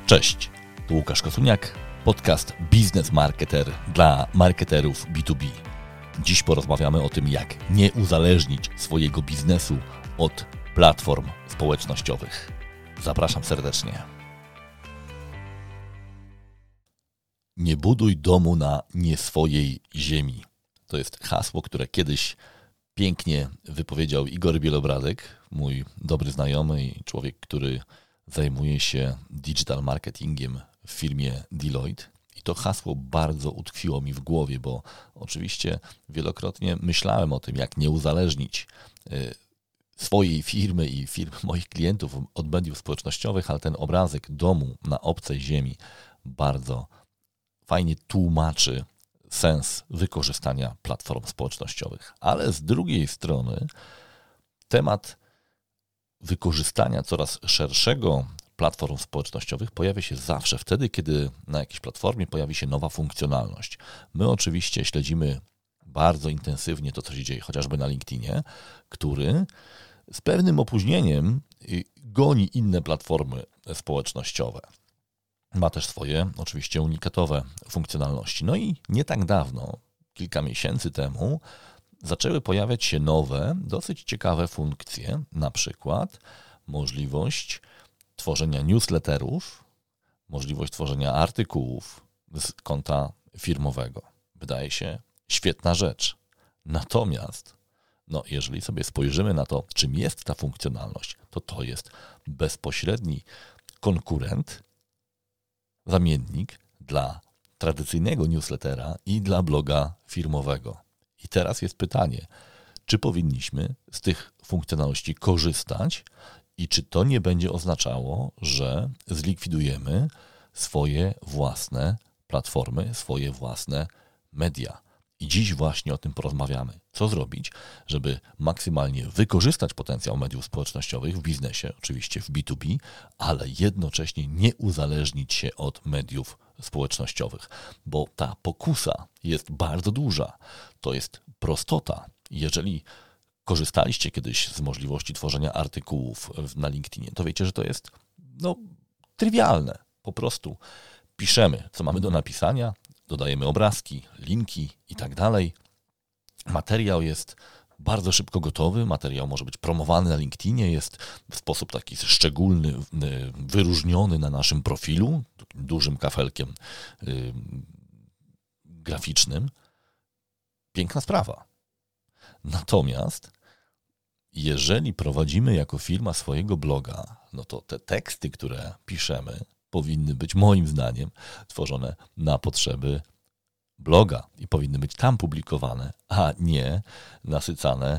Cześć, tu Łukasz Kosuniak, podcast Biznes Marketer dla marketerów B2B. Dziś porozmawiamy o tym, jak nie uzależnić swojego biznesu od platform społecznościowych. Zapraszam serdecznie. Nie buduj domu na nie swojej ziemi. To jest hasło, które kiedyś pięknie wypowiedział Igor Bielobradek, mój dobry znajomy i człowiek, który zajmuje się digital marketingiem w firmie Deloitte. I to hasło bardzo utkwiło mi w głowie, bo oczywiście wielokrotnie myślałem o tym, jak nie uzależnić swojej firmy i firm moich klientów od mediów społecznościowych, ale ten obrazek domu na obcej ziemi bardzo fajnie tłumaczy sens wykorzystania platform społecznościowych. Ale z drugiej strony temat wykorzystania coraz szerszego platform społecznościowych pojawia się zawsze wtedy, kiedy na jakiejś platformie pojawi się nowa funkcjonalność. My oczywiście śledzimy bardzo intensywnie to, co się dzieje chociażby na LinkedInie, który z pewnym opóźnieniem goni inne platformy społecznościowe. Ma też swoje oczywiście unikatowe funkcjonalności. No i nie tak dawno, kilka miesięcy temu, zaczęły pojawiać się nowe, dosyć ciekawe funkcje, na przykład możliwość tworzenia newsletterów, możliwość tworzenia artykułów z konta firmowego. Wydaje się świetna rzecz. Natomiast, jeżeli sobie spojrzymy na to, czym jest ta funkcjonalność, to jest bezpośredni konkurent, zamiennik dla tradycyjnego newslettera i dla bloga firmowego. I teraz jest pytanie, czy powinniśmy z tych funkcjonalności korzystać i czy to nie będzie oznaczało, że zlikwidujemy swoje własne platformy, swoje własne media. I dziś właśnie o tym porozmawiamy. Co zrobić, żeby maksymalnie wykorzystać potencjał mediów społecznościowych w biznesie, oczywiście w B2B, ale jednocześnie nie uzależnić się od mediów społecznościowych, bo ta pokusa jest bardzo duża. To jest prostota. Jeżeli korzystaliście kiedyś z możliwości tworzenia artykułów na LinkedInie, to wiecie, że to jest trywialne. Po prostu piszemy, co mamy do napisania, dodajemy obrazki, linki i tak dalej. Materiał jest bardzo szybko gotowy, materiał może być promowany na LinkedInie, jest w sposób taki szczególny, wyróżniony na naszym profilu, takim dużym kafelkiem graficznym. Piękna sprawa. Natomiast jeżeli prowadzimy jako firma swojego bloga, to te teksty, które piszemy, powinny być moim zdaniem tworzone na potrzeby bloga i powinny być tam publikowane, a nie nasycane,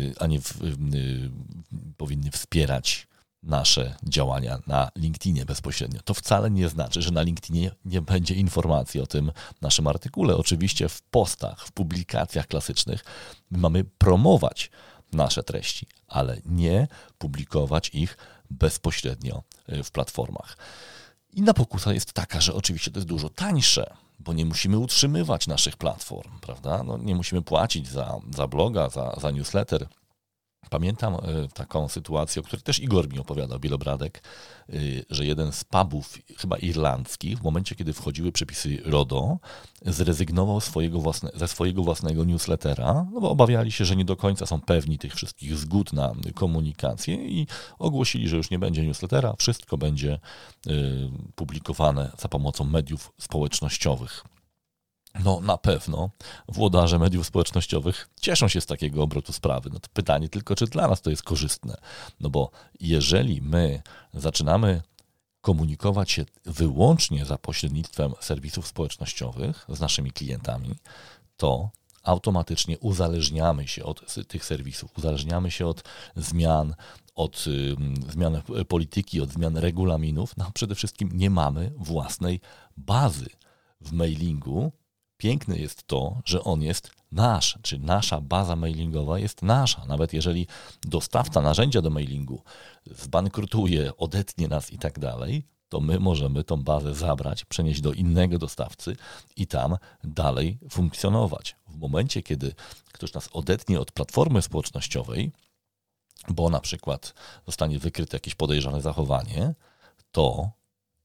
powinny wspierać nasze działania na LinkedInie bezpośrednio. To wcale nie znaczy, że na LinkedInie nie będzie informacji o tym naszym artykule. Oczywiście w postach, w publikacjach klasycznych my mamy promować nasze treści, ale nie publikować ich bezpośrednio w platformach. Inna pokusa jest taka, że oczywiście to jest dużo tańsze, bo nie musimy utrzymywać naszych platform, prawda? Nie musimy płacić za bloga, za newsletter. Pamiętam taką sytuację, o której też Igor mi opowiadał, Bielobradek, że jeden z pubów, chyba irlandzkich, w momencie, kiedy wchodziły przepisy RODO, zrezygnował ze swojego własnego newslettera, bo obawiali się, że nie do końca są pewni tych wszystkich zgód na komunikację i ogłosili, że już nie będzie newslettera, wszystko będzie publikowane za pomocą mediów społecznościowych. Na pewno włodarze mediów społecznościowych cieszą się z takiego obrotu sprawy. To pytanie tylko, czy dla nas to jest korzystne. Bo jeżeli my zaczynamy komunikować się wyłącznie za pośrednictwem serwisów społecznościowych z naszymi klientami, to automatycznie uzależniamy się od tych serwisów, uzależniamy się od zmian polityki, od zmian regulaminów. Przede wszystkim nie mamy własnej bazy w mailingu. Piękne jest to, że on jest nasz, czy nasza baza mailingowa jest nasza. Nawet jeżeli dostawca narzędzia do mailingu zbankrutuje, odetnie nas i tak dalej, to my możemy tą bazę zabrać, przenieść do innego dostawcy i tam dalej funkcjonować. W momencie, kiedy ktoś nas odetnie od platformy społecznościowej, bo na przykład zostanie wykryte jakieś podejrzane zachowanie, to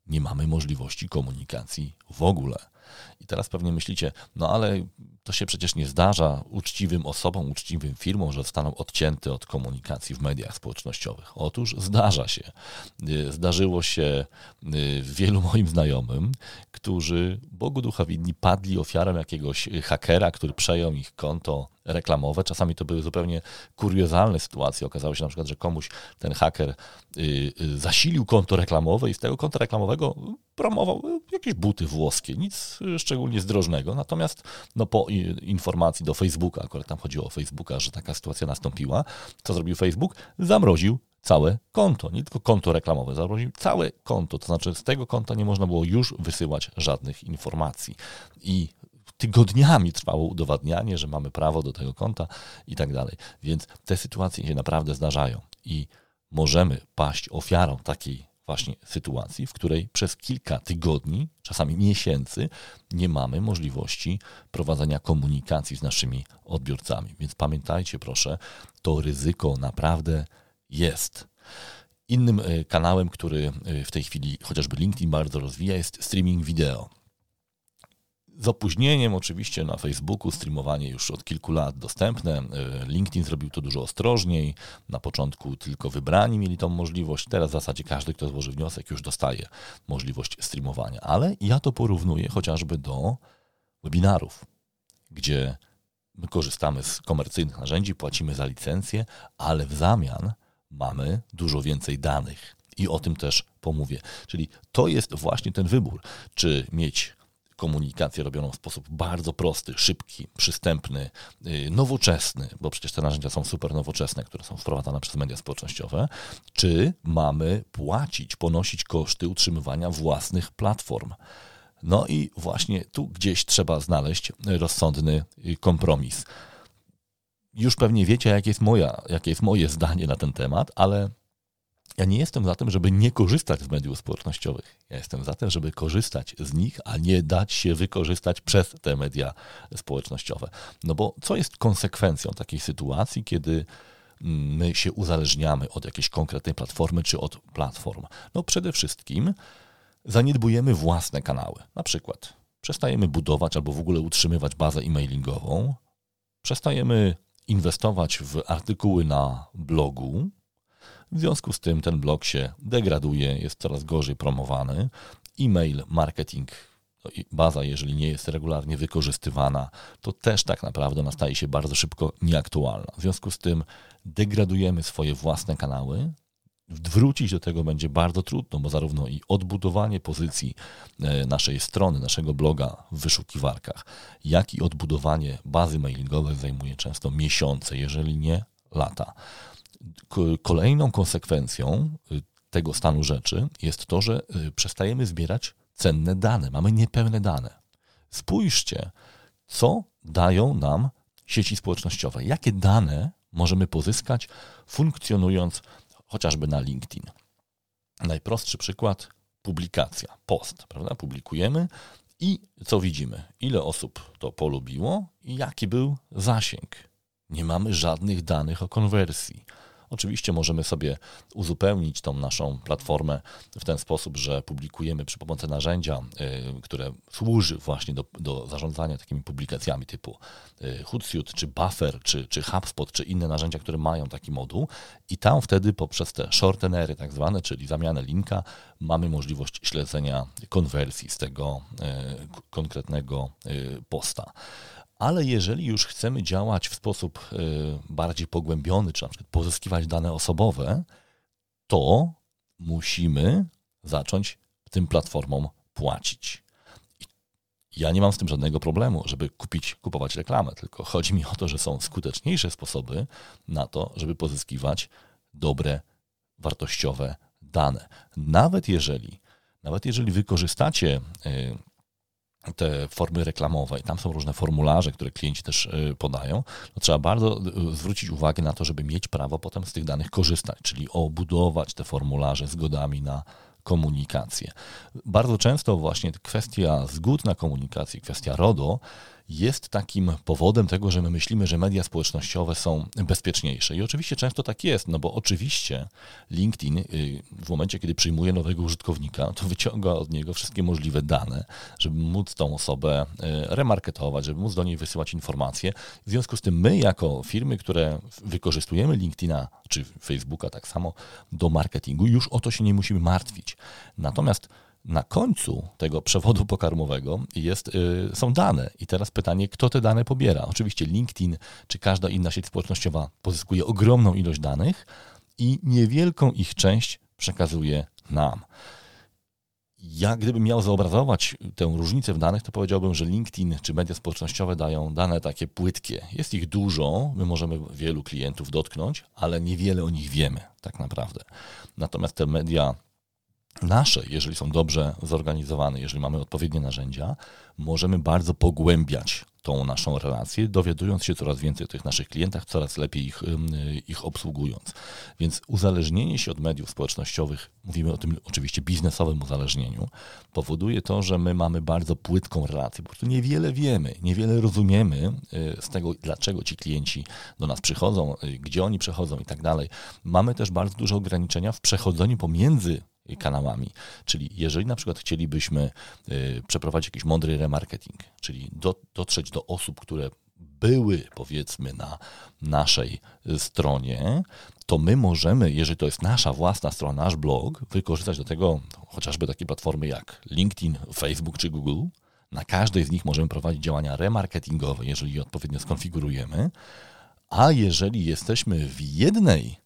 nie mamy możliwości komunikacji w ogóle. I teraz pewnie myślicie, no ale to się przecież nie zdarza uczciwym osobom, uczciwym firmom, że zostaną odcięte od komunikacji w mediach społecznościowych. Otóż zdarza się. Zdarzyło się wielu moim znajomym, którzy Bogu ducha winni padli ofiarą jakiegoś hakera, który przejął ich konto reklamowe. Czasami to były zupełnie kuriozalne sytuacje. Okazało się na przykład, że komuś ten haker zasilił konto reklamowe i z tego konta reklamowego promował jakieś buty włoskie, nic szczególnie zdrożnego. Natomiast po informacji do Facebooka, akurat tam chodziło o Facebooka, że taka sytuacja nastąpiła, co zrobił Facebook? Zamroził całe konto, nie tylko konto reklamowe, zamroził całe konto, to znaczy z tego konta nie można było już wysyłać żadnych informacji. I tygodniami trwało udowadnianie, że mamy prawo do tego konta i tak dalej. Więc te sytuacje się naprawdę zdarzają i możemy paść ofiarą takiej właśnie sytuacji, w której przez kilka tygodni, czasami miesięcy, nie mamy możliwości prowadzenia komunikacji z naszymi odbiorcami. Więc pamiętajcie proszę, to ryzyko naprawdę jest. Innym kanałem, który w tej chwili chociażby LinkedIn bardzo rozwija, jest streaming wideo. Z opóźnieniem oczywiście na Facebooku streamowanie już od kilku lat dostępne. LinkedIn zrobił to dużo ostrożniej. Na początku tylko wybrani mieli tą możliwość. Teraz w zasadzie każdy, kto złoży wniosek, już dostaje możliwość streamowania. Ale ja to porównuję chociażby do webinarów, gdzie my korzystamy z komercyjnych narzędzi, płacimy za licencję, ale w zamian mamy dużo więcej danych. I o tym też pomówię. Czyli to jest właśnie ten wybór, czy mieć komunikację robioną w sposób bardzo prosty, szybki, przystępny, nowoczesny, bo przecież te narzędzia są super nowoczesne, które są wprowadzane przez media społecznościowe, czy mamy płacić, ponosić koszty utrzymywania własnych platform. No i właśnie tu gdzieś trzeba znaleźć rozsądny kompromis. Już pewnie wiecie, jakie jest moje zdanie na ten temat, ale ja nie jestem za tym, żeby nie korzystać z mediów społecznościowych. Ja jestem za tym, żeby korzystać z nich, a nie dać się wykorzystać przez te media społecznościowe. No bo co jest konsekwencją takiej sytuacji, kiedy my się uzależniamy od jakiejś konkretnej platformy czy od platform? No przede wszystkim zaniedbujemy własne kanały. Na przykład przestajemy budować albo w ogóle utrzymywać bazę e-mailingową, przestajemy inwestować w artykuły na blogu. W związku z tym ten blog się degraduje, jest coraz gorzej promowany. E-mail marketing, baza, jeżeli nie jest regularnie wykorzystywana, to też tak naprawdę staje się bardzo szybko nieaktualna. W związku z tym degradujemy swoje własne kanały. Wrócić do tego będzie bardzo trudno, bo zarówno i odbudowanie pozycji naszej strony, naszego bloga w wyszukiwarkach, jak i odbudowanie bazy mailingowej zajmuje często miesiące, jeżeli nie lata. Kolejną konsekwencją tego stanu rzeczy jest to, że przestajemy zbierać cenne dane, mamy niepełne dane. Spójrzcie, co dają nam sieci społecznościowe, jakie dane możemy pozyskać funkcjonując chociażby na LinkedIn. Najprostszy przykład, publikacja, post, prawda? Publikujemy i co widzimy? Ile osób to polubiło i jaki był zasięg? Nie mamy żadnych danych o konwersji. Oczywiście możemy sobie uzupełnić tą naszą platformę w ten sposób, że publikujemy przy pomocy narzędzia, które służy właśnie do zarządzania takimi publikacjami typu Hootsuite, czy Buffer, czy HubSpot, czy inne narzędzia, które mają taki moduł i tam wtedy poprzez te shortenery tak zwane, czyli zamianę linka, mamy możliwość śledzenia konwersji z tego konkretnego posta. Ale jeżeli już chcemy działać w sposób bardziej pogłębiony, czy na przykład pozyskiwać dane osobowe, to musimy zacząć tym platformom płacić. Ja nie mam z tym żadnego problemu, żeby kupować reklamę, tylko chodzi mi o to, że są skuteczniejsze sposoby na to, żeby pozyskiwać dobre, wartościowe dane. Nawet jeżeli wykorzystacie te formy reklamowe i tam są różne formularze, które klienci też podają, to trzeba bardzo zwrócić uwagę na to, żeby mieć prawo potem z tych danych korzystać, czyli obudować te formularze zgodami na komunikację. Bardzo często właśnie kwestia zgód na komunikację, kwestia RODO jest takim powodem tego, że my myślimy, że media społecznościowe są bezpieczniejsze. I oczywiście często tak jest, no bo oczywiście LinkedIn w momencie, kiedy przyjmuje nowego użytkownika, to wyciąga od niego wszystkie możliwe dane, żeby móc tą osobę remarketować, żeby móc do niej wysyłać informacje. W związku z tym my jako firmy, które wykorzystujemy LinkedIna czy Facebooka tak samo do marketingu, już o to się nie musimy martwić. Natomiast na końcu tego przewodu pokarmowego są dane. I teraz pytanie, kto te dane pobiera? Oczywiście LinkedIn czy każda inna sieć społecznościowa pozyskuje ogromną ilość danych i niewielką ich część przekazuje nam. Ja gdybym miał zobrazować tę różnicę w danych, to powiedziałbym, że LinkedIn czy media społecznościowe dają dane takie płytkie. Jest ich dużo, my możemy wielu klientów dotknąć, ale niewiele o nich wiemy tak naprawdę. Natomiast te media nasze, jeżeli są dobrze zorganizowane, jeżeli mamy odpowiednie narzędzia, możemy bardzo pogłębiać tą naszą relację, dowiadując się coraz więcej o tych naszych klientach, coraz lepiej ich obsługując. Więc uzależnienie się od mediów społecznościowych, mówimy o tym oczywiście biznesowym uzależnieniu, powoduje to, że my mamy bardzo płytką relację. Po prostu niewiele wiemy, niewiele rozumiemy z tego, dlaczego ci klienci do nas przychodzą, gdzie oni przechodzą i tak dalej. Mamy też bardzo duże ograniczenia w przechodzeniu pomiędzy kanałami, czyli jeżeli na przykład chcielibyśmy przeprowadzić jakiś mądry remarketing, czyli dotrzeć do osób, które były powiedzmy na naszej stronie, to my możemy, jeżeli to jest nasza własna strona, nasz blog, wykorzystać do tego chociażby takie platformy jak LinkedIn, Facebook czy Google. Na każdej z nich możemy prowadzić działania remarketingowe, jeżeli je odpowiednio skonfigurujemy, a jeżeli jesteśmy w jednej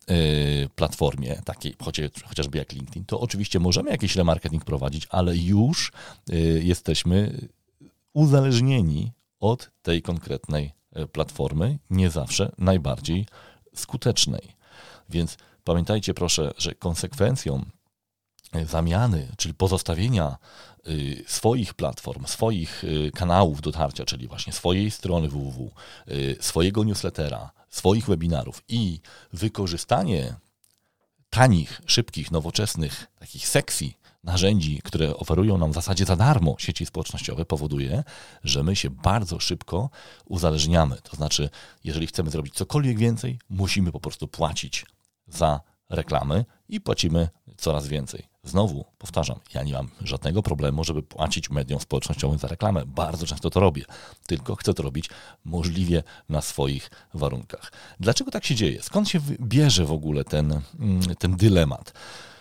platformie, takiej chociażby jak LinkedIn, to oczywiście możemy jakiś remarketing prowadzić, ale już jesteśmy uzależnieni od tej konkretnej platformy, nie zawsze najbardziej skutecznej. Więc pamiętajcie proszę, że konsekwencją zamiany, czyli pozostawienia swoich platform, swoich kanałów dotarcia, czyli właśnie swojej strony www, swojego newslettera, swoich webinarów i wykorzystanie tanich, szybkich, nowoczesnych, takich sexy narzędzi, które oferują nam w zasadzie za darmo sieci społecznościowe, powoduje, że my się bardzo szybko uzależniamy. To znaczy, jeżeli chcemy zrobić cokolwiek więcej, musimy po prostu płacić za reklamy i płacimy coraz więcej. Znowu powtarzam, ja nie mam żadnego problemu, żeby płacić mediom społecznościowym za reklamę. Bardzo często to robię, tylko chcę to robić możliwie na swoich warunkach. Dlaczego tak się dzieje? Skąd się bierze w ogóle ten dylemat?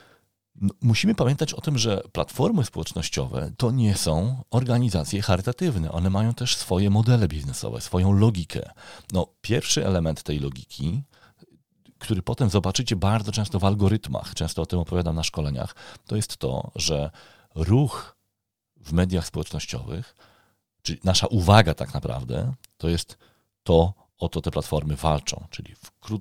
Musimy pamiętać o tym, że platformy społecznościowe to nie są organizacje charytatywne. One mają też swoje modele biznesowe, swoją logikę. Pierwszy element tej logiki, który potem zobaczycie bardzo często w algorytmach, często o tym opowiadam na szkoleniach, to jest to, że ruch w mediach społecznościowych, czyli nasza uwaga tak naprawdę, to jest to, o to te platformy walczą. Czyli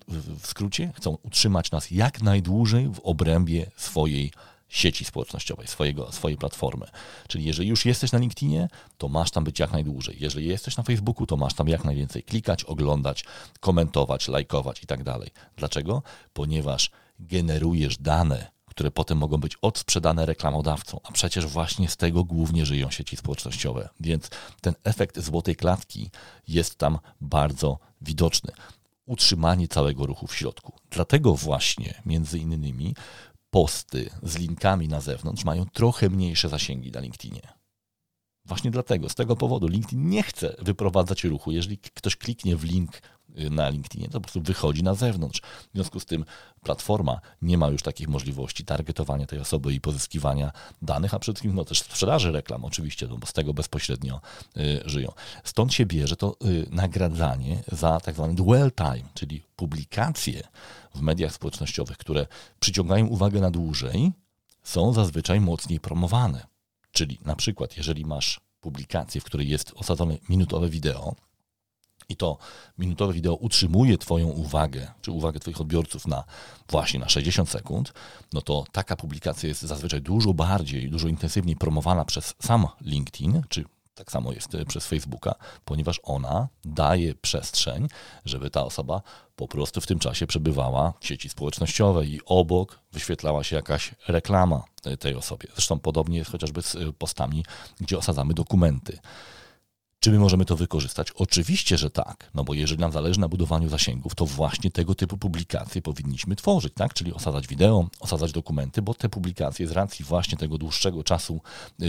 w skrócie chcą utrzymać nas jak najdłużej w obrębie swojej sieci społecznościowej, swojej platformy. Czyli jeżeli już jesteś na LinkedInie, to masz tam być jak najdłużej. Jeżeli jesteś na Facebooku, to masz tam jak najwięcej klikać, oglądać, komentować, lajkować i tak dalej. Dlaczego? Ponieważ generujesz dane, które potem mogą być odsprzedane reklamodawcom, a przecież właśnie z tego głównie żyją sieci społecznościowe. Więc ten efekt złotej klatki jest tam bardzo widoczny. Utrzymanie całego ruchu w środku. Dlatego właśnie między innymi posty z linkami na zewnątrz mają trochę mniejsze zasięgi na LinkedInie. Właśnie dlatego, z tego powodu LinkedIn nie chce wyprowadzać ruchu. Jeżeli ktoś kliknie w link na LinkedInie, to po prostu wychodzi na zewnątrz. W związku z tym platforma nie ma już takich możliwości targetowania tej osoby i pozyskiwania danych, a przede wszystkim też sprzedaży reklam oczywiście, bo z tego bezpośrednio żyją. Stąd się bierze to nagradzanie za tak zwany dwell time, czyli publikacje w mediach społecznościowych, które przyciągają uwagę na dłużej, są zazwyczaj mocniej promowane. Czyli na przykład, jeżeli masz publikację, w której jest osadzone minutowe wideo i to minutowe wideo utrzymuje Twoją uwagę, czy uwagę Twoich odbiorców właśnie na 60 sekund, no to taka publikacja jest zazwyczaj dużo bardziej, dużo intensywniej promowana przez sam LinkedIn, czy tak samo jest przez Facebooka, ponieważ ona daje przestrzeń, żeby ta osoba po prostu w tym czasie przebywała w sieci społecznościowej i obok wyświetlała się jakaś reklama tej osobie. Zresztą podobnie jest chociażby z postami, gdzie osadzamy dokumenty. Czy my możemy to wykorzystać? Oczywiście, że tak, no bo jeżeli nam zależy na budowaniu zasięgów, to właśnie tego typu publikacje powinniśmy tworzyć, tak? Czyli osadzać wideo, osadzać dokumenty, bo te publikacje z racji właśnie tego dłuższego czasu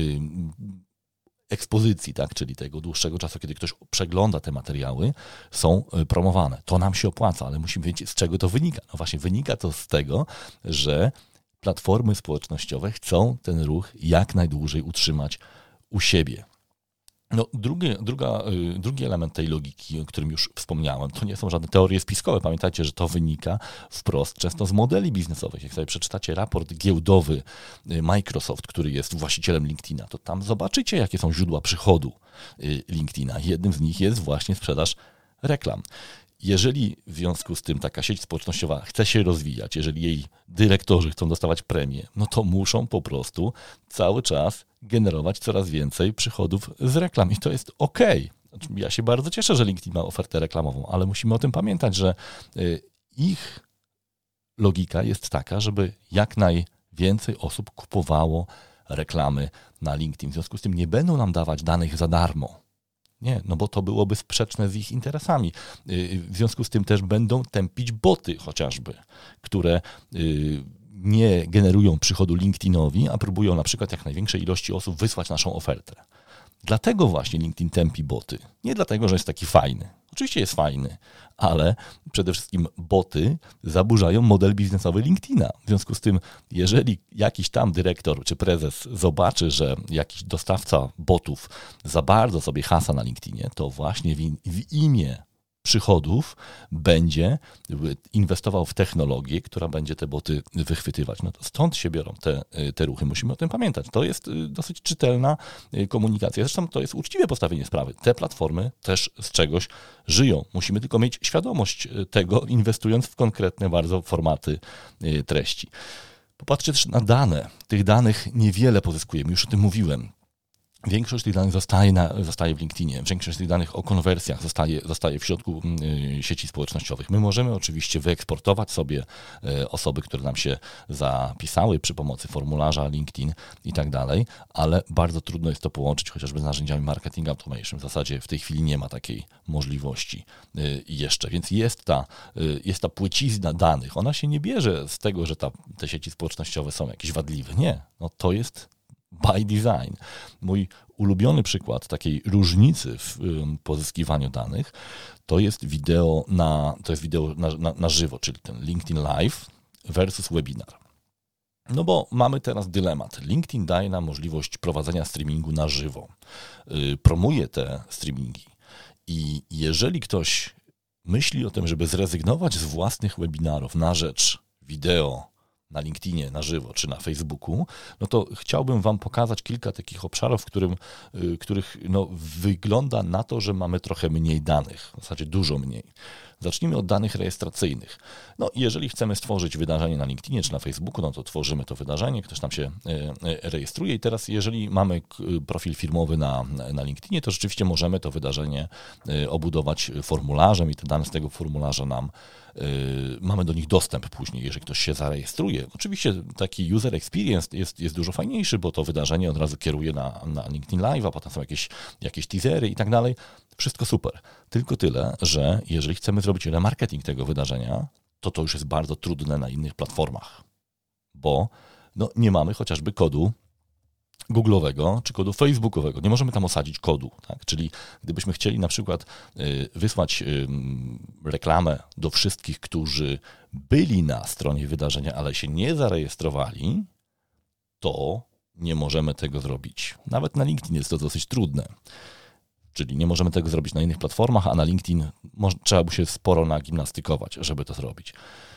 ekspozycji, tak? Czyli tego dłuższego czasu, kiedy ktoś przegląda te materiały, są promowane. To nam się opłaca, ale musimy wiedzieć, z czego to wynika. No właśnie wynika to z tego, że platformy społecznościowe chcą ten ruch jak najdłużej utrzymać u siebie. No, drugi element tej logiki, o którym już wspomniałem, to nie są żadne teorie spiskowe. Pamiętajcie, że to wynika wprost często z modeli biznesowych. Jak sobie przeczytacie raport giełdowy Microsoft, który jest właścicielem LinkedIna, to tam zobaczycie, jakie są źródła przychodu LinkedIna. Jednym z nich jest właśnie sprzedaż reklam. Jeżeli w związku z tym taka sieć społecznościowa chce się rozwijać, jeżeli jej dyrektorzy chcą dostawać premie, no to muszą po prostu cały czas generować coraz więcej przychodów z reklam i to jest okej. Ja się bardzo cieszę, że LinkedIn ma ofertę reklamową, ale musimy o tym pamiętać, że ich logika jest taka, żeby jak najwięcej osób kupowało reklamy na LinkedIn. W związku z tym nie będą nam dawać danych za darmo. Nie, no bo to byłoby sprzeczne z ich interesami. W związku z tym też będą tępić boty chociażby, które nie generują przychodu LinkedInowi, a próbują na przykład jak największej ilości osób wysłać naszą ofertę. Dlatego właśnie LinkedIn tępi boty. Nie dlatego, że jest taki fajny. Oczywiście jest fajny, ale przede wszystkim boty zaburzają model biznesowy LinkedIna. W związku z tym, jeżeli jakiś tam dyrektor czy prezes zobaczy, że jakiś dostawca botów za bardzo sobie hasa na LinkedInie, to właśnie w imię przychodów będzie inwestował w technologię, która będzie te boty wychwytywać. No to stąd się biorą te ruchy. Musimy o tym pamiętać. To jest dosyć czytelna komunikacja. Zresztą to jest uczciwe postawienie sprawy. Te platformy też z czegoś żyją. Musimy tylko mieć świadomość tego, inwestując w konkretne bardzo formaty treści. Popatrzcie też na dane. Tych danych niewiele pozyskujemy. Już o tym mówiłem. Większość tych danych zostaje w LinkedInie. Większość tych danych o konwersjach zostaje w środku sieci społecznościowych. My możemy oczywiście wyeksportować sobie osoby, które nam się zapisały przy pomocy formularza LinkedIn i tak dalej, ale bardzo trudno jest to połączyć chociażby z narzędziami marketing automation. W zasadzie w tej chwili nie ma takiej możliwości jeszcze, więc jest ta płycizna danych. Ona się nie bierze z tego, że te sieci społecznościowe są jakieś wadliwe. Nie, no to jest by design. Mój ulubiony przykład takiej różnicy w pozyskiwaniu danych to jest wideo na żywo, czyli ten LinkedIn Live versus webinar. No bo mamy teraz dylemat. LinkedIn daje nam możliwość prowadzenia streamingu na żywo. Promuje te streamingi i jeżeli ktoś myśli o tym, żeby zrezygnować z własnych webinarów na rzecz wideo na LinkedInie, na żywo, czy na Facebooku, no to chciałbym Wam pokazać kilka takich obszarów, których wygląda na to, że mamy trochę mniej danych, w zasadzie dużo mniej. Zacznijmy od danych rejestracyjnych. No jeżeli chcemy stworzyć wydarzenie na LinkedInie czy na Facebooku, no to tworzymy to wydarzenie, ktoś tam się rejestruje i teraz jeżeli mamy profil firmowy na LinkedInie, to rzeczywiście możemy to wydarzenie obudować formularzem i te dane z tego formularza mamy do nich dostęp później, jeżeli ktoś się zarejestruje. Oczywiście taki user experience jest dużo fajniejszy, bo to wydarzenie od razu kieruje na LinkedIn Live, a potem są jakieś teasery i tak dalej. Wszystko super. Tylko tyle, że jeżeli chcemy zrobić remarketing tego wydarzenia, to już jest bardzo trudne na innych platformach, bo nie mamy chociażby kodu Google'owego czy kodu Facebookowego. Nie możemy tam osadzić kodu. Tak? Czyli gdybyśmy chcieli na przykład wysłać reklamę do wszystkich, którzy byli na stronie wydarzenia, ale się nie zarejestrowali, to nie możemy tego zrobić. Nawet na LinkedIn jest to dosyć trudne. Czyli nie możemy tego zrobić na innych platformach, a na LinkedIn trzeba by się sporo nagimnastykować, żeby to zrobić.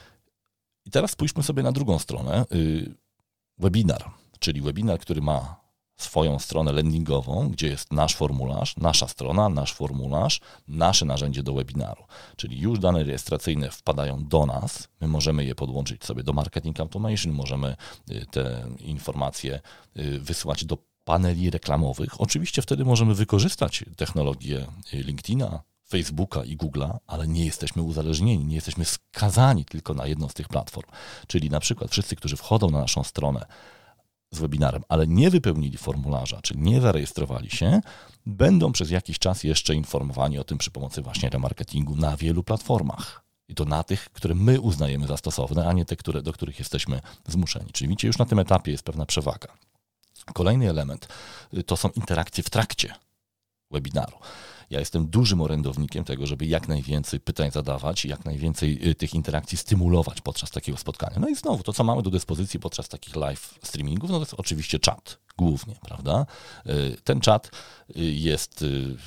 I teraz spójrzmy sobie na drugą stronę. Webinar, czyli webinar, który ma swoją stronę landingową, gdzie jest nasz formularz, nasza strona, nasz formularz, nasze narzędzie do webinaru. Czyli już dane rejestracyjne wpadają do nas, my możemy je podłączyć sobie do marketing automation, możemy te informacje wysłać do paneli reklamowych. Oczywiście wtedy możemy wykorzystać technologię LinkedIna, Facebooka i Google'a, ale nie jesteśmy uzależnieni, nie jesteśmy skazani tylko na jedną z tych platform. Czyli na przykład wszyscy, którzy wchodzą na naszą stronę z webinarem, ale nie wypełnili formularza, czyli nie zarejestrowali się, będą przez jakiś czas jeszcze informowani o tym przy pomocy właśnie remarketingu na wielu platformach. I to na tych, które my uznajemy za stosowne, a nie te, do których jesteśmy zmuszeni. Czyli widzicie, już na tym etapie jest pewna przewaga. Kolejny element to są interakcje w trakcie webinaru. Ja jestem dużym orędownikiem tego, żeby jak najwięcej pytań zadawać i jak najwięcej tych interakcji stymulować podczas takiego spotkania. No i znowu, to co mamy do dyspozycji podczas takich live streamingów, no to jest oczywiście czat głównie, prawda? Ten czat jest,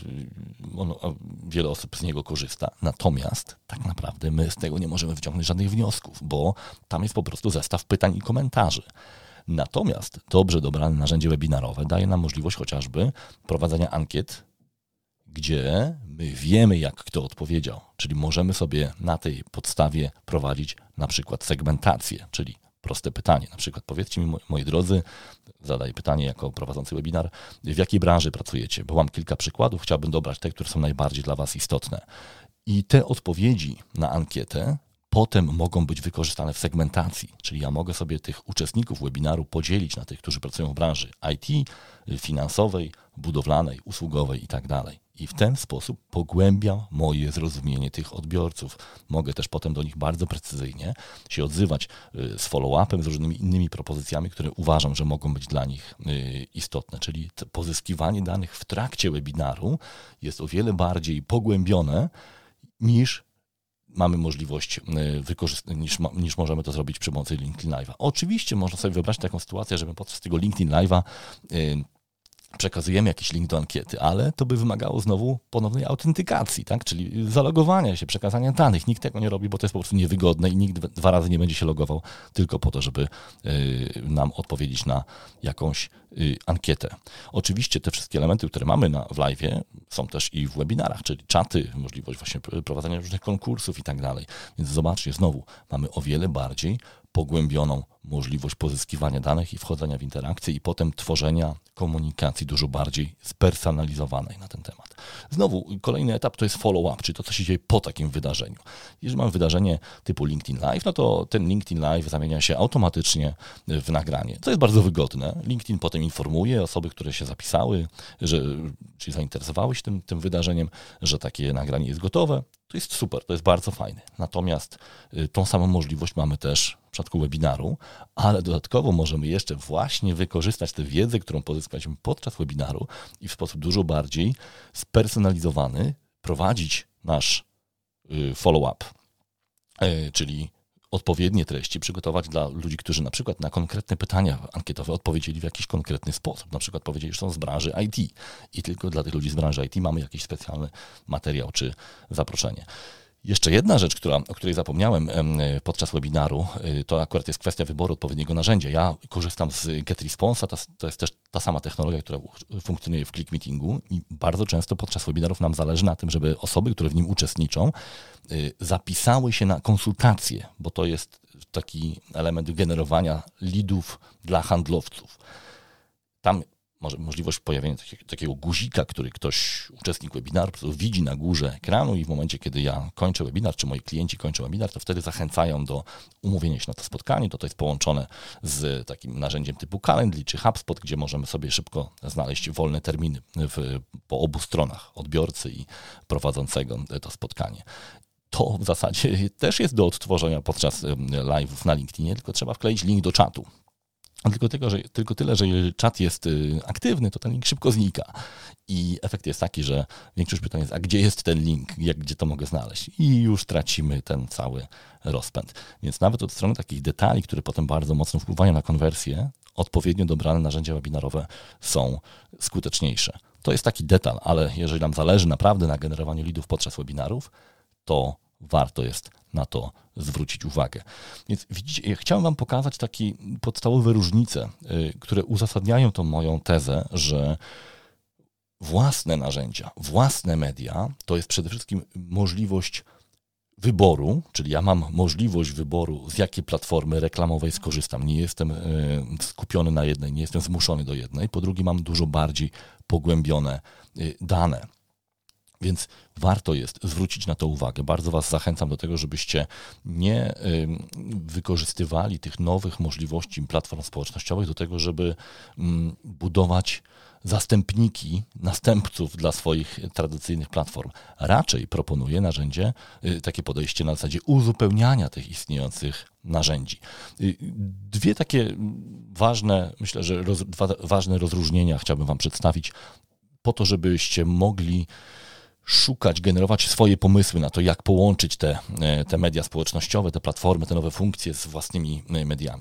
wiele osób z niego korzysta, natomiast tak naprawdę my z tego nie możemy wyciągnąć żadnych wniosków, bo tam jest po prostu zestaw pytań i komentarzy. Natomiast dobrze dobrane narzędzie webinarowe daje nam możliwość chociażby prowadzenia ankiet, gdzie my wiemy, jak kto odpowiedział, czyli możemy sobie na tej podstawie prowadzić na przykład segmentację, czyli proste pytanie, na przykład powiedzcie mi, moi drodzy, zadaję pytanie jako prowadzący webinar, w jakiej branży pracujecie, bo mam kilka przykładów, chciałbym dobrać te, które są najbardziej dla Was istotne. I te odpowiedzi na ankietę potem mogą być wykorzystane w segmentacji, czyli ja mogę sobie tych uczestników webinaru podzielić na tych, którzy pracują w branży IT, finansowej, budowlanej, usługowej i tak dalej. I w ten sposób pogłębiam moje zrozumienie tych odbiorców. Mogę też potem do nich bardzo precyzyjnie się odzywać z follow-upem, z różnymi innymi propozycjami, które uważam, że mogą być dla nich istotne. Czyli pozyskiwanie danych w trakcie webinaru jest o wiele bardziej pogłębione niż mamy możliwość niż możemy to zrobić przy pomocy LinkedIn Live'a. Oczywiście można sobie wyobrazić taką sytuację, że my podczas tego LinkedIn Live'a przekazujemy jakiś link do ankiety, ale to by wymagało znowu ponownej autentykacji, tak? Czyli zalogowania się, przekazania danych. Nikt tego nie robi, bo to jest po prostu niewygodne i nikt dwa razy nie będzie się logował tylko po to, żeby nam odpowiedzieć na jakąś ankietę. Oczywiście te wszystkie elementy, które mamy w live'ie, są też i w webinarach, czyli czaty, możliwość właśnie prowadzenia różnych konkursów i tak dalej. Więc zobaczcie, znowu mamy o wiele bardziej pogłębioną możliwość pozyskiwania danych i wchodzenia w interakcje i potem tworzenia komunikacji dużo bardziej spersonalizowanej na ten temat. Znowu kolejny etap to jest follow-up, czyli to, co się dzieje po takim wydarzeniu. Jeżeli mamy wydarzenie typu LinkedIn Live, no to ten LinkedIn Live zamienia się automatycznie w nagranie. To jest bardzo wygodne. LinkedIn potem informuje osoby, które się zapisały, czyli zainteresowały się tym wydarzeniem, że takie nagranie jest gotowe. To jest super, to jest bardzo fajne. Natomiast tą samą możliwość mamy też w przypadku webinaru, ale dodatkowo możemy jeszcze właśnie wykorzystać tę wiedzę, którą pozyskaliśmy podczas webinaru i w sposób dużo bardziej spersonalizowany prowadzić nasz follow-up, czyli odpowiednie treści przygotować dla ludzi, którzy na przykład na konkretne pytania ankietowe odpowiedzieli w jakiś konkretny sposób. Na przykład powiedzieli, że są z branży IT i tylko dla tych ludzi z branży IT mamy jakiś specjalny materiał czy zaproszenie. Jeszcze jedna rzecz, o której zapomniałem podczas webinaru, to akurat jest kwestia wyboru odpowiedniego narzędzia. Ja korzystam z GetResponse'a, to jest też ta sama technologia, która funkcjonuje w ClickMeetingu i bardzo często podczas webinarów nam zależy na tym, żeby osoby, które w nim uczestniczą, zapisały się na konsultacje, bo to jest taki element generowania leadów dla handlowców. Tam możliwość pojawienia takiego guzika, który uczestnik webinaru po prostu widzi na górze ekranu i w momencie, kiedy ja kończę webinar, czy moi klienci kończą webinar, to wtedy zachęcają do umówienia się na to spotkanie. To jest połączone z takim narzędziem typu Calendly czy HubSpot, gdzie możemy sobie szybko znaleźć wolne terminy po obu stronach, odbiorcy i prowadzącego to spotkanie. To w zasadzie też jest do odtworzenia podczas live'ów na LinkedInie, tylko trzeba wkleić link do czatu. Tylko tyle, że jeżeli czat jest aktywny, to ten link szybko znika. I efekt jest taki, że większość pytań jest, a gdzie jest ten link, gdzie to mogę znaleźć? I już tracimy ten cały rozpęd. Więc nawet od strony takich detali, które potem bardzo mocno wpływają na konwersję, odpowiednio dobrane narzędzia webinarowe są skuteczniejsze. To jest taki detal, ale jeżeli nam zależy naprawdę na generowaniu leadów podczas webinarów, to warto jest na to zwrócić uwagę. Więc widzicie, ja chciałem Wam pokazać takie podstawowe różnice, które uzasadniają tą moją tezę, że własne narzędzia, własne media to jest przede wszystkim możliwość wyboru, czyli ja mam możliwość wyboru, z jakiej platformy reklamowej skorzystam. Nie jestem skupiony na jednej, nie jestem zmuszony do jednej. Po drugie, mam dużo bardziej pogłębione dane. Więc warto jest zwrócić na to uwagę. Bardzo Was zachęcam do tego, żebyście nie wykorzystywali tych nowych możliwości platform społecznościowych do tego, żeby budować zastępniki, następców dla swoich tradycyjnych platform. Raczej proponuję narzędzie, takie podejście na zasadzie uzupełniania tych istniejących narzędzi. Dwie takie ważne, myślę, że dwa ważne rozróżnienia chciałbym Wam przedstawić po to, żebyście mogli szukać, generować swoje pomysły na to, jak połączyć te media społecznościowe, te platformy, te nowe funkcje z własnymi mediami.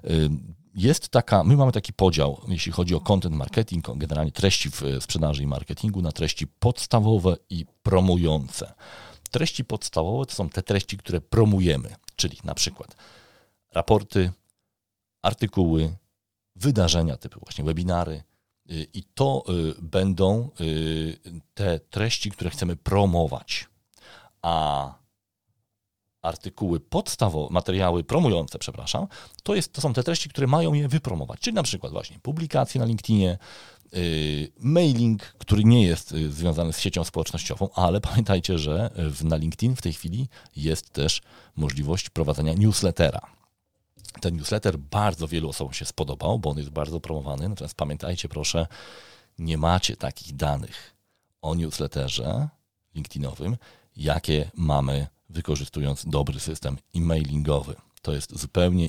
My mamy taki podział, jeśli chodzi o content marketing, o generalnie treści w sprzedaży i marketingu, na treści podstawowe i promujące. Treści podstawowe to są te treści, które promujemy, czyli na przykład raporty, artykuły, wydarzenia typu właśnie webinary, i to będą te treści, które chcemy promować, a artykuły podstawowe, materiały promujące, to są te treści, które mają je wypromować, czyli na przykład właśnie publikacje na LinkedInie, mailing, który nie jest związany z siecią społecznościową, ale pamiętajcie, że na LinkedIn w tej chwili jest też możliwość prowadzenia newslettera. Ten newsletter bardzo wielu osobom się spodobał, bo on jest bardzo promowany, natomiast pamiętajcie proszę, nie macie takich danych o newsletterze LinkedInowym, jakie mamy wykorzystując dobry system e-mailingowy. To jest zupełnie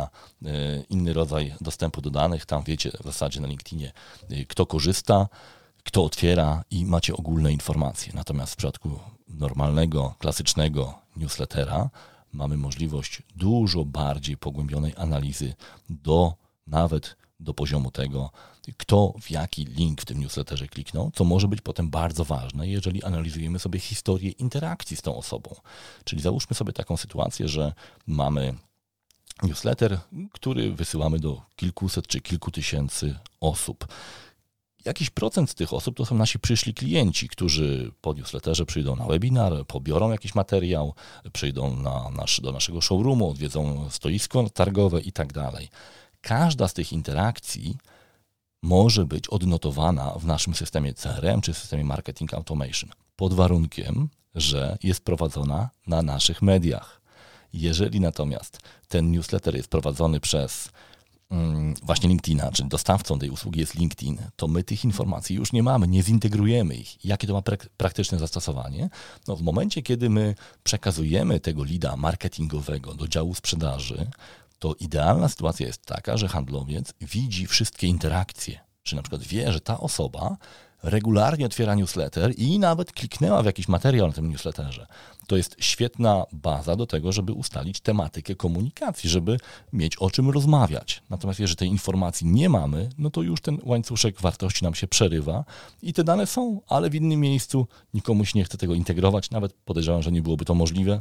inny rodzaj dostępu do danych. Tam wiecie w zasadzie na LinkedInie, kto korzysta, kto otwiera i macie ogólne informacje. Natomiast w przypadku normalnego, klasycznego newslettera mamy możliwość dużo bardziej pogłębionej analizy nawet do poziomu tego, kto w jaki link w tym newsletterze kliknął, co może być potem bardzo ważne, jeżeli analizujemy sobie historię interakcji z tą osobą. Czyli załóżmy sobie taką sytuację, że mamy newsletter, który wysyłamy do kilkuset czy kilku tysięcy osób. Jakiś procent z tych osób to są nasi przyszli klienci, którzy po newsletterze przyjdą na webinar, pobiorą jakiś materiał, przyjdą do naszego showroomu, odwiedzą stoisko targowe i tak dalej. Każda z tych interakcji może być odnotowana w naszym systemie CRM czy systemie Marketing Automation pod warunkiem, że jest prowadzona na naszych mediach. Jeżeli natomiast ten newsletter jest prowadzony przez właśnie LinkedIna, czyli dostawcą tej usługi jest LinkedIn, to my tych informacji już nie mamy, nie zintegrujemy ich. Jakie to ma praktyczne zastosowanie? No, w momencie, kiedy my przekazujemy tego leada marketingowego do działu sprzedaży, to idealna sytuacja jest taka, że handlowiec widzi wszystkie interakcje. Czy na przykład wie, że ta osoba regularnie otwiera newsletter i nawet kliknęła w jakiś materiał na tym newsletterze. To jest świetna baza do tego, żeby ustalić tematykę komunikacji, żeby mieć o czym rozmawiać. Natomiast jeżeli tej informacji nie mamy, no to już ten łańcuszek wartości nam się przerywa i te dane są, ale w innym miejscu nikomu się nie chce tego integrować, nawet podejrzewam, że nie byłoby to możliwe.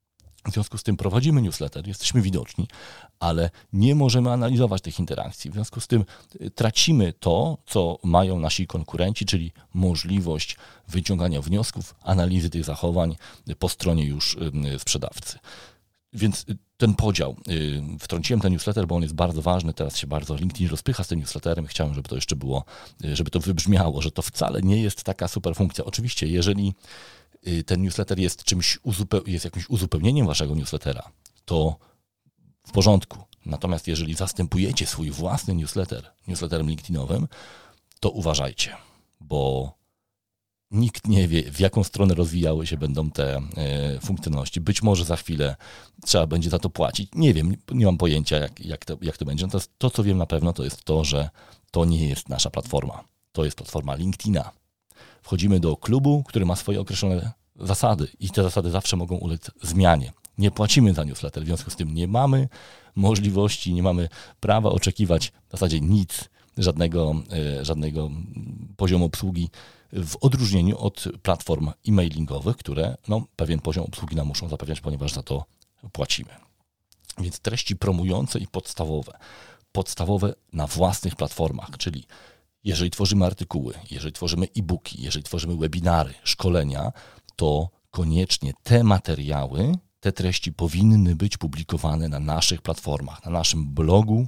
W związku z tym prowadzimy newsletter, jesteśmy widoczni, ale nie możemy analizować tych interakcji. W związku z tym tracimy to, co mają nasi konkurenci, czyli możliwość wyciągania wniosków, analizy tych zachowań po stronie już sprzedawcy. Więc ten podział, wtrąciłem ten newsletter, bo on jest bardzo ważny, teraz się bardzo LinkedIn rozpycha z tym newsletterem. Chciałem, żeby to jeszcze było, żeby to wybrzmiało, że to wcale nie jest taka super funkcja. Oczywiście, jeżeli ten newsletter jest jest jakimś uzupełnieniem waszego newslettera, to w porządku. Natomiast jeżeli zastępujecie swój własny newsletterem LinkedInowym, to uważajcie, bo nikt nie wie, w jaką stronę rozwijały się będą te funkcjonalności. Być może za chwilę trzeba będzie za to płacić. Nie wiem, nie mam pojęcia, jak to będzie. Natomiast to, co wiem na pewno, to jest to, że to nie jest nasza platforma. To jest platforma LinkedIna. Wchodzimy do klubu, który ma swoje określone zasady i te zasady zawsze mogą ulec zmianie. Nie płacimy za newsletter, w związku z tym nie mamy możliwości, nie mamy prawa oczekiwać w zasadzie nic, żadnego poziomu obsługi w odróżnieniu od platform e-mailingowych, które pewien poziom obsługi nam muszą zapewniać, ponieważ za to płacimy. Więc treści promujące i podstawowe na własnych platformach, czyli jeżeli tworzymy artykuły, jeżeli tworzymy e-booki, jeżeli tworzymy webinary, szkolenia, to koniecznie te materiały, te treści powinny być publikowane na naszych platformach, na naszym blogu,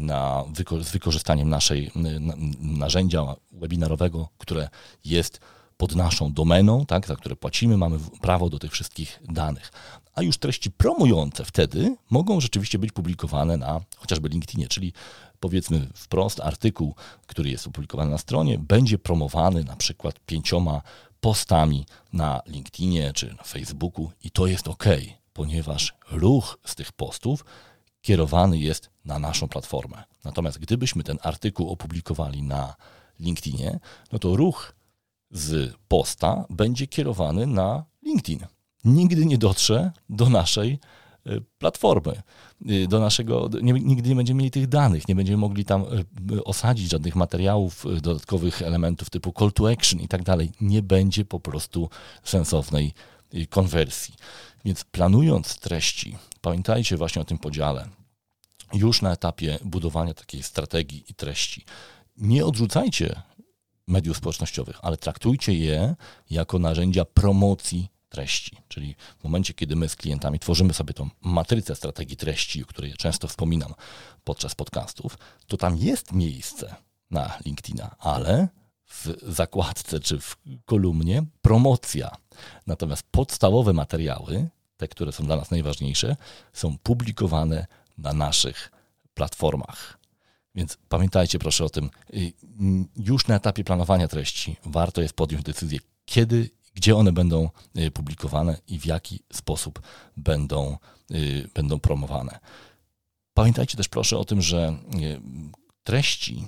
z wykorzystaniem narzędzia webinarowego, które jest pod naszą domeną, tak, za które płacimy, mamy prawo do tych wszystkich danych. A już treści promujące wtedy mogą rzeczywiście być publikowane na chociażby LinkedInie, czyli powiedzmy wprost artykuł, który jest opublikowany na stronie, będzie promowany na przykład 5 postami na LinkedInie czy na Facebooku i to jest ok, ponieważ ruch z tych postów kierowany jest na naszą platformę. Natomiast gdybyśmy ten artykuł opublikowali na LinkedInie, no to ruch z posta będzie kierowany na LinkedIn. Nigdy nie dotrze do naszej platformy, nigdy nie będziemy mieli tych danych, nie będziemy mogli tam osadzić żadnych materiałów, dodatkowych elementów typu call to action i tak dalej. Nie będzie po prostu sensownej konwersji. Więc planując treści, pamiętajcie właśnie o tym podziale. Już na etapie budowania takiej strategii i treści. Nie odrzucajcie mediów społecznościowych, ale traktujcie je jako narzędzia promocji treści. Czyli w momencie, kiedy my z klientami tworzymy sobie tą matrycę strategii treści, o której często wspominam podczas podcastów, to tam jest miejsce na LinkedIna, ale w zakładce czy w kolumnie promocja. Natomiast podstawowe materiały, te, które są dla nas najważniejsze, są publikowane na naszych platformach. Więc pamiętajcie proszę o tym, już na etapie planowania treści warto jest podjąć decyzję, kiedy, gdzie one będą publikowane i w jaki sposób będą promowane. Pamiętajcie też proszę o tym, że treści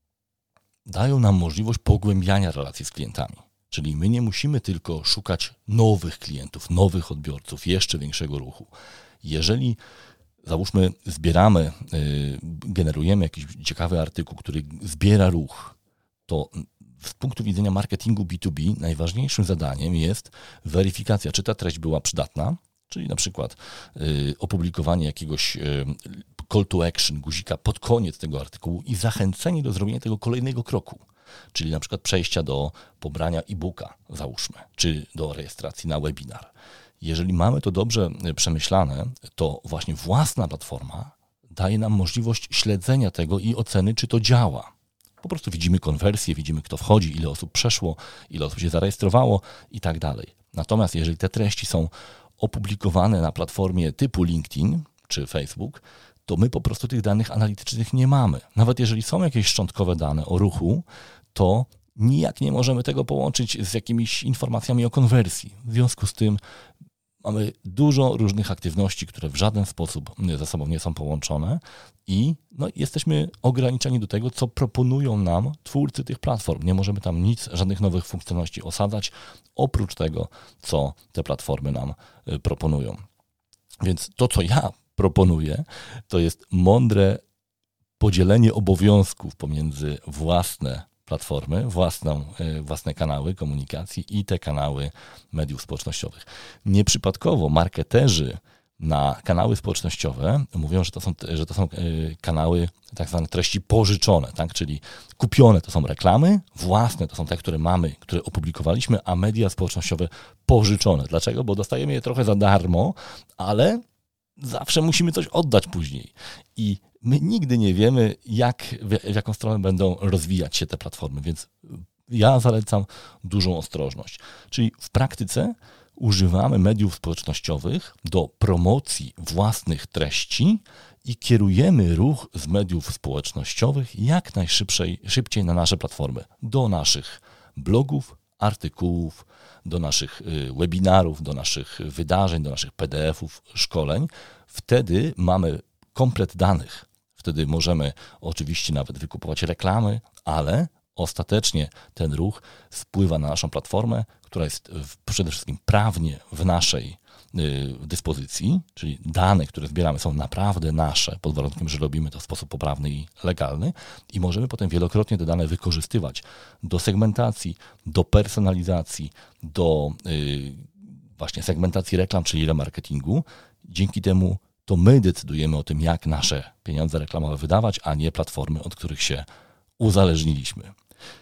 dają nam możliwość pogłębiania relacji z klientami. Czyli my nie musimy tylko szukać nowych klientów, nowych odbiorców, jeszcze większego ruchu. Jeżeli załóżmy zbieramy, generujemy jakiś ciekawy artykuł, który zbiera ruch, to z punktu widzenia marketingu B2B najważniejszym zadaniem jest weryfikacja, czy ta treść była przydatna, czyli na przykład opublikowanie jakiegoś call to action, guzika pod koniec tego artykułu i zachęcenie do zrobienia tego kolejnego kroku, czyli na przykład przejścia do pobrania e-booka, załóżmy, czy do rejestracji na webinar. Jeżeli mamy to dobrze przemyślane, to właśnie własna platforma daje nam możliwość śledzenia tego i oceny, czy to działa. Po prostu widzimy konwersję, widzimy, kto wchodzi, ile osób przeszło, ile osób się zarejestrowało i tak dalej. Natomiast jeżeli te treści są opublikowane na platformie typu LinkedIn czy Facebook, to my po prostu tych danych analitycznych nie mamy. Nawet jeżeli są jakieś szczątkowe dane o ruchu, to nijak nie możemy tego połączyć z jakimiś informacjami o konwersji. W związku z tym mamy dużo różnych aktywności, które w żaden sposób ze sobą nie są połączone i jesteśmy ograniczeni do tego, co proponują nam twórcy tych platform. Nie możemy tam żadnych nowych funkcjonalności osadzać, oprócz tego, co te platformy nam proponują. Więc to, co ja proponuję, to jest mądre podzielenie obowiązków pomiędzy własne platformy, własne kanały komunikacji i te kanały mediów społecznościowych. Nieprzypadkowo marketerzy na kanały społecznościowe mówią, że to są kanały tak zwane treści pożyczone, tak? Czyli kupione to są reklamy, własne to są te, które mamy, które opublikowaliśmy, a media społecznościowe pożyczone. Dlaczego? Bo dostajemy je trochę za darmo, ale zawsze musimy coś oddać później. I my nigdy nie wiemy, w jaką stronę będą rozwijać się te platformy, więc ja zalecam dużą ostrożność. Czyli w praktyce używamy mediów społecznościowych do promocji własnych treści i kierujemy ruch z mediów społecznościowych jak szybciej na nasze platformy, do naszych blogów, artykułów, do naszych webinarów, do naszych wydarzeń, do naszych PDF-ów, szkoleń. Wtedy mamy komplet danych. Wtedy możemy oczywiście nawet wykupować reklamy, ale ostatecznie ten ruch spływa na naszą platformę, która jest przede wszystkim prawnie w naszej dyspozycji, czyli dane, które zbieramy, są naprawdę nasze, pod warunkiem, że robimy to w sposób poprawny i legalny i możemy potem wielokrotnie te dane wykorzystywać do segmentacji, do personalizacji, do właśnie segmentacji reklam, czyli remarketingu. Dzięki temu to my decydujemy o tym, jak nasze pieniądze reklamowe wydawać, a nie platformy, od których się uzależniliśmy.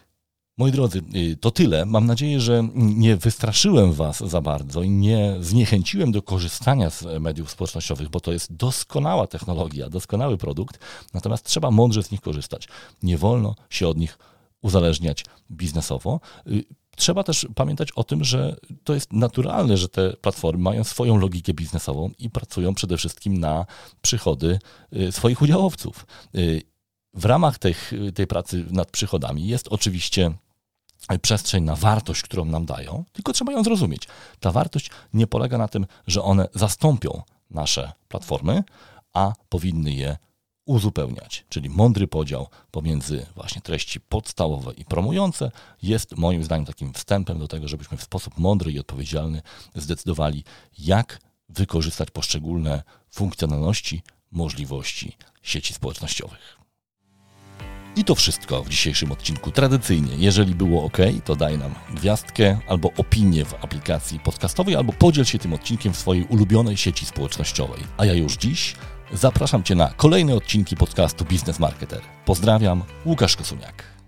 Moi drodzy, to tyle. Mam nadzieję, że nie wystraszyłem Was za bardzo i nie zniechęciłem do korzystania z mediów społecznościowych, bo to jest doskonała technologia, doskonały produkt, natomiast trzeba mądrze z nich korzystać. Nie wolno się od nich uzależniać biznesowo. trzeba też pamiętać o tym, że to jest naturalne, że te platformy mają swoją logikę biznesową i pracują przede wszystkim na przychody swoich udziałowców. W ramach tej pracy nad przychodami jest oczywiście przestrzeń na wartość, którą nam dają, tylko trzeba ją zrozumieć. Ta wartość nie polega na tym, że one zastąpią nasze platformy, a powinny je uzupełniać. Czyli mądry podział pomiędzy właśnie treści podstawowe i promujące jest moim zdaniem takim wstępem do tego, żebyśmy w sposób mądry i odpowiedzialny zdecydowali, jak wykorzystać poszczególne funkcjonalności, możliwości sieci społecznościowych. I to wszystko w dzisiejszym odcinku. Tradycyjnie, jeżeli było OK, to daj nam gwiazdkę albo opinię w aplikacji podcastowej, albo podziel się tym odcinkiem w swojej ulubionej sieci społecznościowej. A ja już dziś zapraszam Cię na kolejne odcinki podcastu Biznes Marketer. Pozdrawiam, Łukasz Kosuniak.